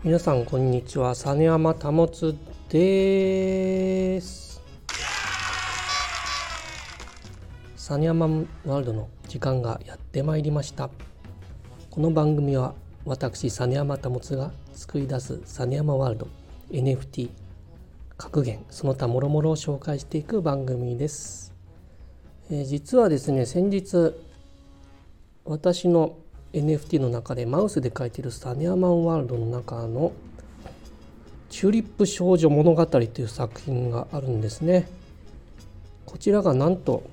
皆さんこんにちは、実山保です。実山ワールドの時間がやってまいりました。この番組は私実山保が作り出す実山ワールド、 NFT、 格言その他もろもろを紹介していく番組です。実はですね、先日私の NFT の中でマウスで描いている実山ワールドの中のチューリップ少女物語という作品があるんですね。こちらがなんと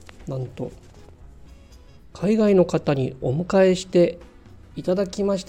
海外の方にお迎えしていただきました。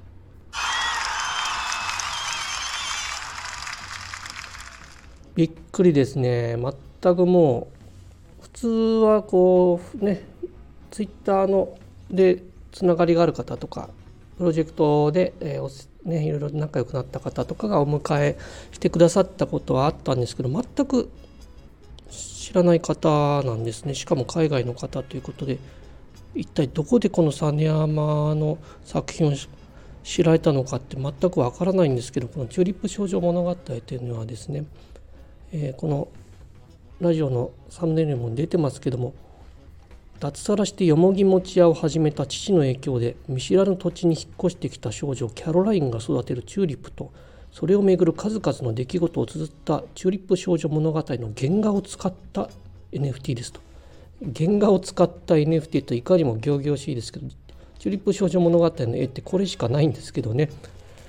びっくりですね。全くもう普通はこうね、ツイッターのでつながりがある方とかプロジェクトで、いろいろ仲良くなった方とかがお迎えしてくださったことはあったんですけど、全く知らない方なんですね。しかも海外の方ということで、一体どこでこの実山の作品を知られたのかって全くわからないんですけど、このチューリップ少女物語というのはですね、このラジオのサムネイルにも出てますけども、脱サラしてよもぎ餅屋を始めた父の影響で見知らぬ土地に引っ越してきた少女キャロラインが育てるチューリップと、それをめぐる数々の出来事を綴ったチューリップ少女物語の原画を使った NFT ですと。原画を使った NFT といかにも仰々しいですけど、チューリップ少女物語の絵ってこれしかないんですけどね、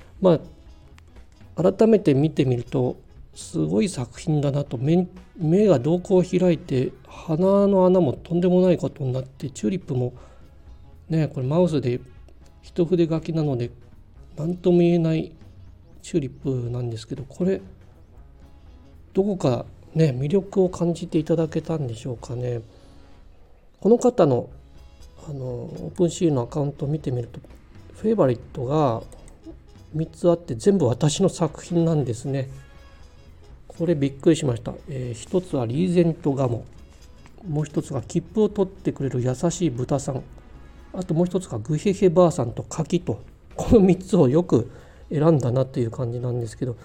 改めて見てみるとすごい作品だなと。目が瞳孔を開いて鼻の穴もとんでもないことになって、チューリップもね、これマウスで一筆書きなので何とも言えないチューリップなんですけど、これどこかね魅力を感じていただけたんでしょうかね。この方のオープンシーのアカウントを見てみると、フェイバリットが3つあって全部私の作品なんですね。これびっくりしました。一つはリーゼントガモ、もう一つが切符を取ってくれる優しい豚さん、あともう一つがグヘヘばあさんと柿と、この3つをよく選んだなという感じなんですけど、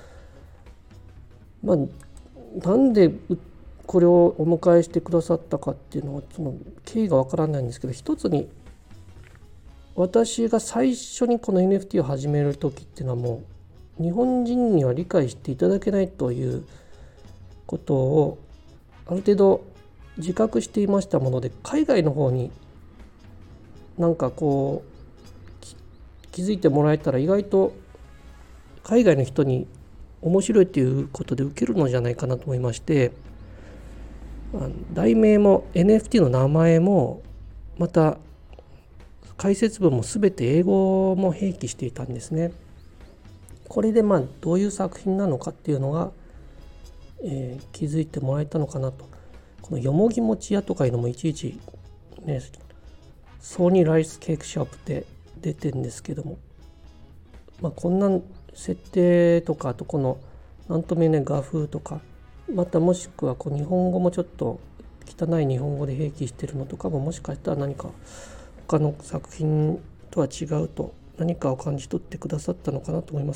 なんでこれをお迎えしてくださったかっていうのはその経緯がわからないんですけど、一つに私が最初にこの NFT を始める時っていうのは、もう日本人には理解していただけないということをある程度自覚していましたもので、海外の方になんかこう気づいてもらえたら意外と海外の人に面白いということで受けるのじゃないかなと思いまして、題名も NFT の名前もまた解説文も全て英語も併記していたんですね。これでどういう作品なのかっていうのが、気づいてもらえたのかなと。このよもぎ餅屋とかいうのもいちいちね、ソニーライスケーキショップって出てるんですけども、こんな設定とか、あとこのなんとも言えない画風とか、またもしくはこう日本語もちょっと汚い日本語で併記してるのとかも、もしかしたら何か他の作品とは違うと何かを感じ取ってくださったのかなと思います。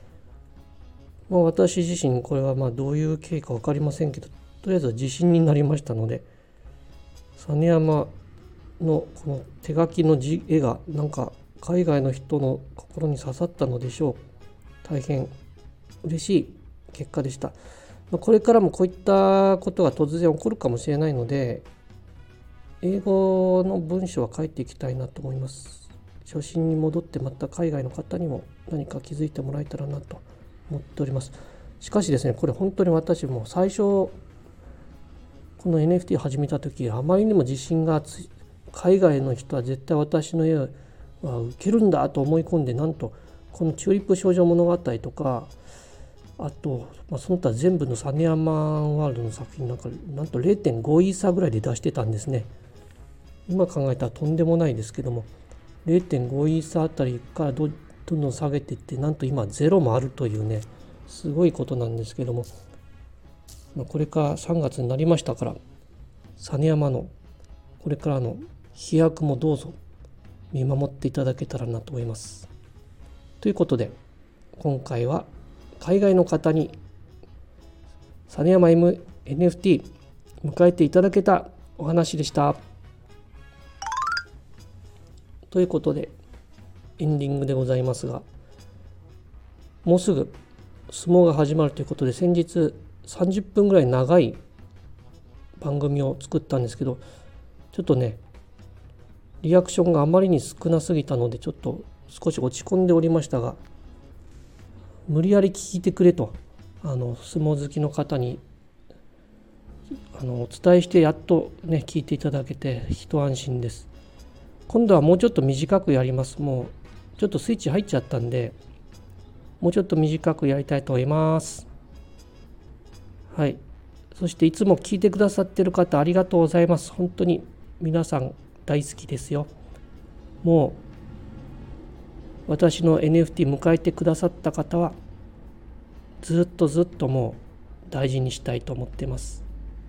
私自身これはどういう経緯か分かりませんけど、とりあえず自信になりましたので、実山のこの手書きの絵がなんか海外の人の心に刺さったのでしょう。大変嬉しい結果でした。これからもこういったことが突然起こるかもしれないので、英語の文章は書いていきたいなと思います。初心に戻ってまた海外の方にも何か気づいてもらえたらなと思っております。しかしですね、これ本当に私も最初この NFT 始めた時、あまりにも自信がつい、海外の人は絶対私の絵は受けるんだと思い込んで、なんとこのチューリップ少女物語とか、あと、その他全部の実山ワールドの作品なんと 0.5 イーサぐらいで出してたんですね。今考えたらとんでもないですけども、0.5 イーサあたりからどんどん下げていって、なんと今ゼロもあるというね、すごいことなんですけども、これから3月になりましたから、実山のこれからの飛躍もどうぞ見守っていただけたらなと思います。ということで、 今回は海外の方に実山 NFT 迎えていただけたお話でした。ということでエンディングでございますが、もうすぐ相撲が始まるということで、先日30分ぐらい長い番組を作ったんですけど、ちょっとねリアクションがあまりに少なすぎたのでちょっと少し落ち込んでおりましたが、無理やり聞いてくれと相撲好きの方にお伝えして、やっとね聞いていただけて一安心です。今度はもうちょっと短くやります。もうちょっとスイッチ入っちゃったんで、もうちょっと短くやりたいと思います。はい。そしていつも聞いてくださってる方ありがとうございます。本当に皆さん大好きですよ。もう私の NFT 迎えてくださった方はずっともう大事にしたいと思ってます。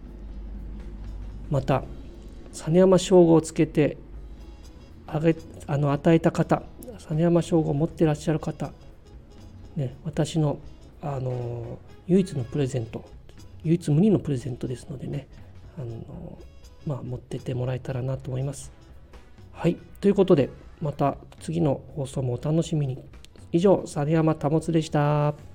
また実山称号をつけて与えた方、実山称号を持ってらっしゃる方、ね、私の、唯一のプレゼント、唯一無二のプレゼントですのでね、持ってってもらえたらなと思います。はい、ということでまた次の放送もお楽しみに。以上、実山保でした。